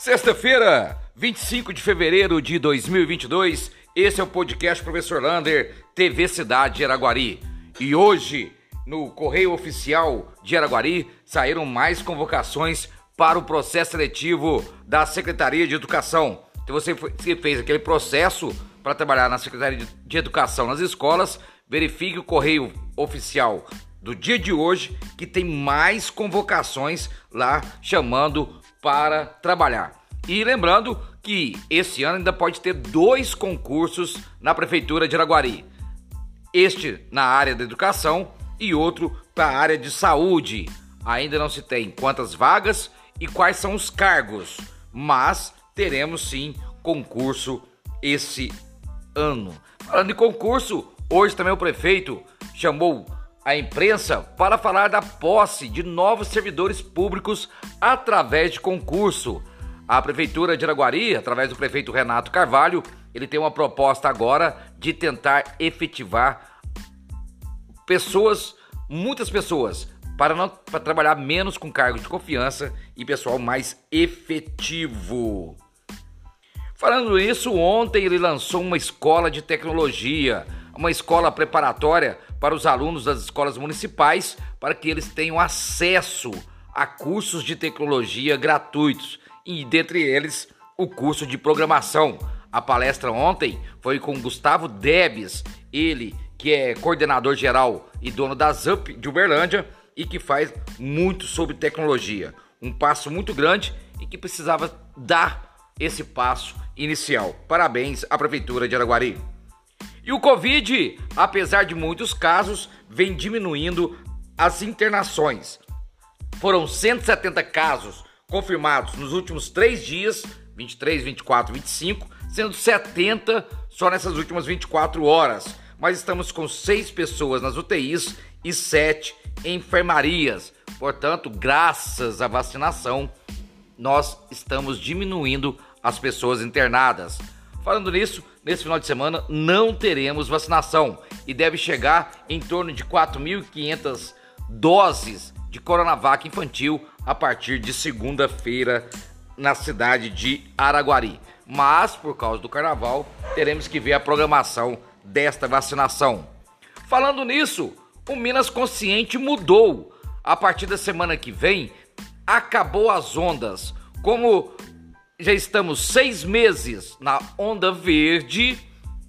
Sexta-feira, 25 de fevereiro de 2022, esse é o podcast Professor Lander, TV Cidade de Araguari. E hoje, no Correio Oficial de Araguari, saíram mais convocações para o processo seletivo da Secretaria de Educação. Se você fez aquele processo para trabalhar na Secretaria de Educação nas escolas, verifique o Correio Oficial do dia de hoje, que tem mais convocações lá chamando para trabalhar. E lembrando que esse ano ainda pode ter 2 concursos na Prefeitura de Araguari. Este na área da educação e outro para a área de saúde. Ainda não se tem quantas vagas e quais são os cargos, mas teremos sim concurso esse ano. Falando em concurso, hoje também o prefeito chamou a imprensa para falar da posse de novos servidores públicos através de concurso. A Prefeitura de Araguari, através do prefeito Renato Carvalho, ele tem uma proposta agora de tentar efetivar muitas pessoas, para trabalhar menos com cargo de confiança e pessoal mais efetivo. Falando nisso, ontem ele lançou uma escola de tecnologia, uma escola preparatória para os alunos das escolas municipais, para que eles tenham acesso a cursos de tecnologia gratuitos, e dentre eles o curso de programação. A palestra ontem foi com Gustavo Debes, ele que é coordenador geral e dono da ZUP de Uberlândia e que faz muito sobre tecnologia. Um passo muito grande e que precisava dar esse passo inicial. Parabéns à Prefeitura de Araguari. E o Covid, apesar de muitos casos, vem diminuindo as internações. Foram 170 casos confirmados nos últimos 3 dias, 23, 24, 25, sendo 70 só nessas últimas 24 horas. Mas estamos com 6 pessoas nas UTIs e 7 em enfermarias. Portanto, graças à vacinação, nós estamos diminuindo as pessoas internadas. Falando nisso, nesse final de semana não teremos vacinação e deve chegar em torno de 4.500 doses de Coronavac infantil a partir de segunda-feira na cidade de Araguari. Mas, por causa do carnaval, teremos que ver a programação desta vacinação. Falando nisso, o Minas Consciente mudou. A partir da semana que vem, acabou as ondas. Como já estamos 6 meses na onda verde,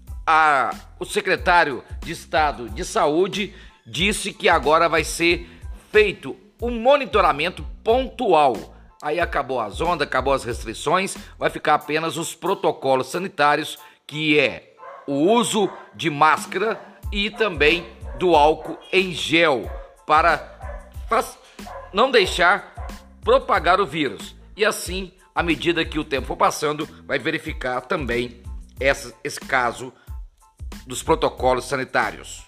o secretário de Estado de Saúde disse que agora vai ser feito um monitoramento pontual. Aí acabou as ondas, acabou as restrições, vai ficar apenas os protocolos sanitários, que é o uso de máscara e também do álcool em gel, para não deixar propagar o vírus. E assim, à medida que o tempo for passando, vai verificar também esse caso dos protocolos sanitários.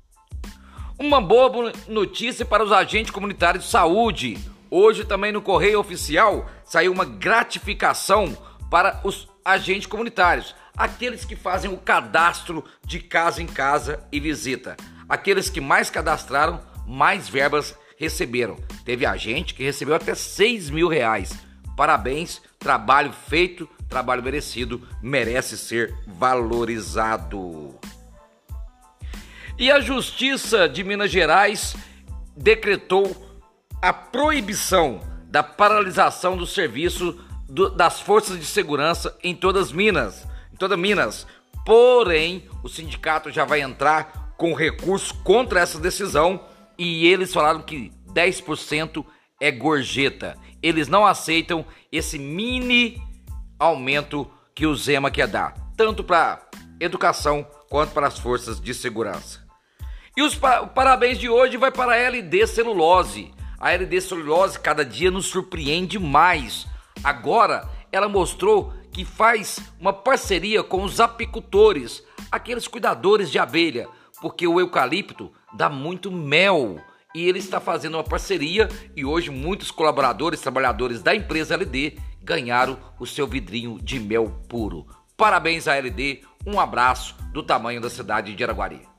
Uma boa notícia para os agentes comunitários de saúde. Hoje também no Correio Oficial saiu uma gratificação para os agentes comunitários, aqueles que fazem o cadastro de casa em casa e visita. Aqueles que mais cadastraram, mais verbas receberam. Teve agente que recebeu até R$6.000. Parabéns, trabalho feito, trabalho merecido, merece ser valorizado. E a Justiça de Minas Gerais decretou a proibição da paralisação do serviço das forças de segurança em toda Minas. Porém, o sindicato já vai entrar com recurso contra essa decisão e eles falaram que 10% é gorjeta. Eles não aceitam esse mini aumento que o Zema quer dar, tanto para educação quanto para as forças de segurança. E os parabéns de hoje vai para a LD Celulose. A LD Celulose cada dia nos surpreende mais. Agora ela mostrou que faz uma parceria com os apicultores, aqueles cuidadores de abelha, porque o eucalipto dá muito mel. E ele está fazendo uma parceria e hoje muitos colaboradores, trabalhadores da empresa LD ganharam o seu vidrinho de mel puro. Parabéns à LD, um abraço do tamanho da cidade de Araguari.